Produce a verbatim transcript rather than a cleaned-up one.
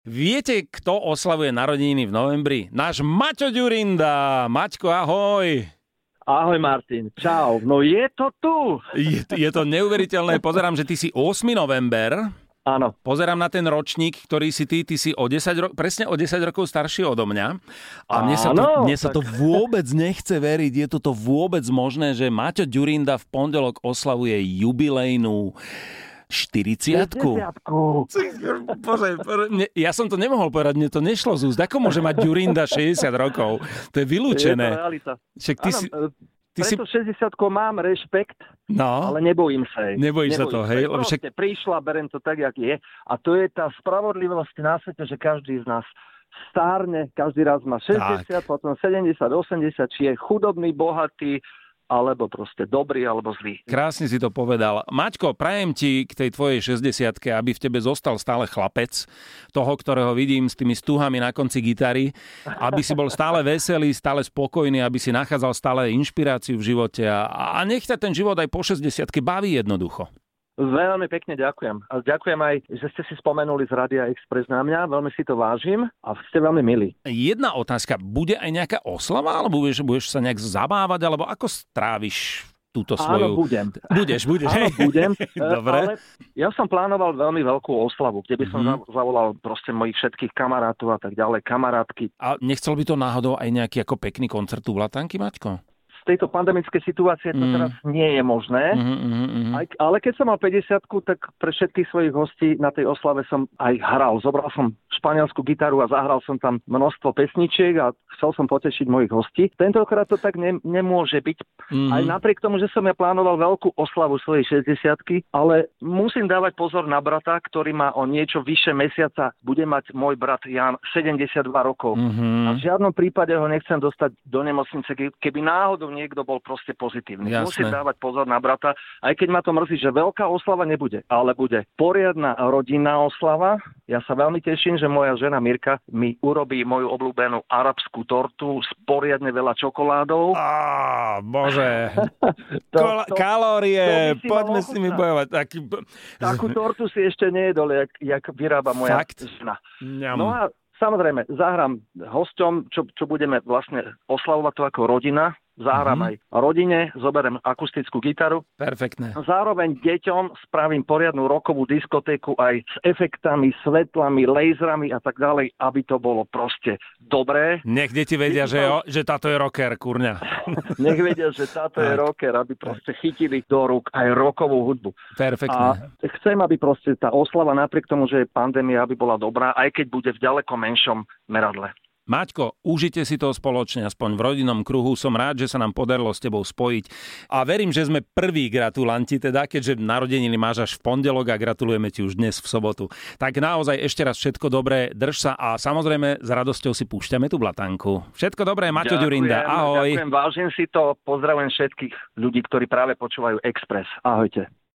Viete, kto oslavuje narodeniny v novembri? Náš Maťo Ďurinda. Maťko, ahoj. Ahoj Martin, čau. No je to tu. Je, je to neuveriteľné. Pozerám, že ty si ôsmeho november. Áno. Pozerám na ten ročník, ktorý si ty, ty si o desať ro- presne o desať rokov starší odo mňa. A mne sa to, Áno, mne sa to vôbec nechce veriť. Je toto vôbec možné, že Maťo Ďurinda v pondelok oslavuje jubilejnú štyridsiatku. Bože, mne, ja som to nemohol povedať, mne to nešlo z úst. Ako môže mať Ďurinda šesťdesiat rokov? To je vylúčené. Je to realita. Však ty Áno, si... Ty preto si... šesťdesiatku mám rešpekt, no, ale nebojím sa jej. Nebojíš sa to, hej? Proste však... prišla, berem to tak, jak je. A to je tá spravodlivosť na svete, že každý z nás stárne, každý raz má šesťdesiat, tak. Potom sedemdesiat, osemdesiat, či je chudobný, bohatý, alebo proste dobrý, alebo zlý. Krásne si to povedal. Maťko, prajem ti k tej tvojej šesťdesiatke, aby v tebe zostal stále chlapec, toho, ktorého vidím s tými stúhami na konci gitary, aby si bol stále veselý, stále spokojný, aby si nachádzal stále inšpiráciu v živote a, a nech ťa ten život aj po šesťdesiatke baví jednoducho. Veľmi pekne ďakujem. A ďakujem aj, že ste si spomenuli z Rádia Express na mňa. Veľmi si to vážim a ste veľmi milí. Jedna otázka. Bude aj nejaká oslava? Alebo budeš, budeš sa nejak zabávať? Alebo ako stráviš túto svoju... Áno, budem. Budeš, budeš. Áno, budem. Dobre. Ale ja som plánoval veľmi veľkú oslavu, kde by som mm-hmm. zavolal proste mojich všetkých kamarátov a tak ďalej, kamarátky. A nechcel by to náhodou aj nejaký ako pekný koncert u Vlatanky, Maťko? Z tejto pandemickej situácie to mm. teraz nie je možné. Mm, mm, mm. Aj, ale keď som mal päťdesiatku, tak pre všetkých svojich hostí na tej oslave som aj hral. Zobral som španielsku gitaru a zahral som tam množstvo pesničiek a chcel som potešiť mojich hostí. Tentokrát to tak ne, nemôže byť. Mm. Aj napriek tomu, že som ja plánoval veľkú oslavu svojej šesťdesiatky, ale musím dávať pozor na brata, ktorý má o niečo vyššie mesiaca. Bude mať môj brat Jan sedemdesiatdva rokov. Mm-hmm. A v žiadnom prípade ho nechcem dostať do nemocnice, keby náhodou niekto bol proste pozitívny. Jasné. Musím dávať pozor na brata, aj keď ma to mrzí, že veľká oslava nebude, ale bude poriadna rodinná oslava. Ja sa veľmi teším, že moja žena Mirka mi urobí moju obľúbenú arabskú tortu s poriadne veľa čokoládou. Á, bože. to, Kol- to, kalórie, to poďme si mi bojovať. Taký... Takú tortu si ešte nejedol, jak, jak vyrába moja Fakt? žena. Ňam. No a samozrejme, zahrám hosťom, čo, čo budeme vlastne oslavovať to ako rodina. Zahrám mm-hmm. aj rodine, zoberiem akustickú gitaru. Perfektné. Zároveň deťom spravím poriadnu rockovú diskotéku aj s efektami, svetlami, laserami a tak ďalej, aby to bolo proste dobré. Nech deti vedia, že, jo, že táto je rocker, kurňa. Nech vedia, že táto je rocker, aby proste chytili do rúk aj rockovú hudbu. Perfektné. A chcem, aby proste tá oslava napriek tomu, že je pandémia, aby bola dobrá, aj keď bude v ďaleko menšom meradle. Maťko, užite si to spoločne, aspoň v rodinnom kruhu. Som rád, že sa nám podarilo s tebou spojiť. A verím, že sme prví gratulanti, teda, keďže narodeniny máš až v pondelok a gratulujeme ti už dnes v sobotu. Tak naozaj ešte raz všetko dobré, drž sa a samozrejme s radosťou si púšťame tú blatanku. Všetko dobré, Maťo Ďurinda, ahoj. Ďakujem, vážim si to, pozdravujem všetkých ľudí, ktorí práve počúvajú Express. Ahojte.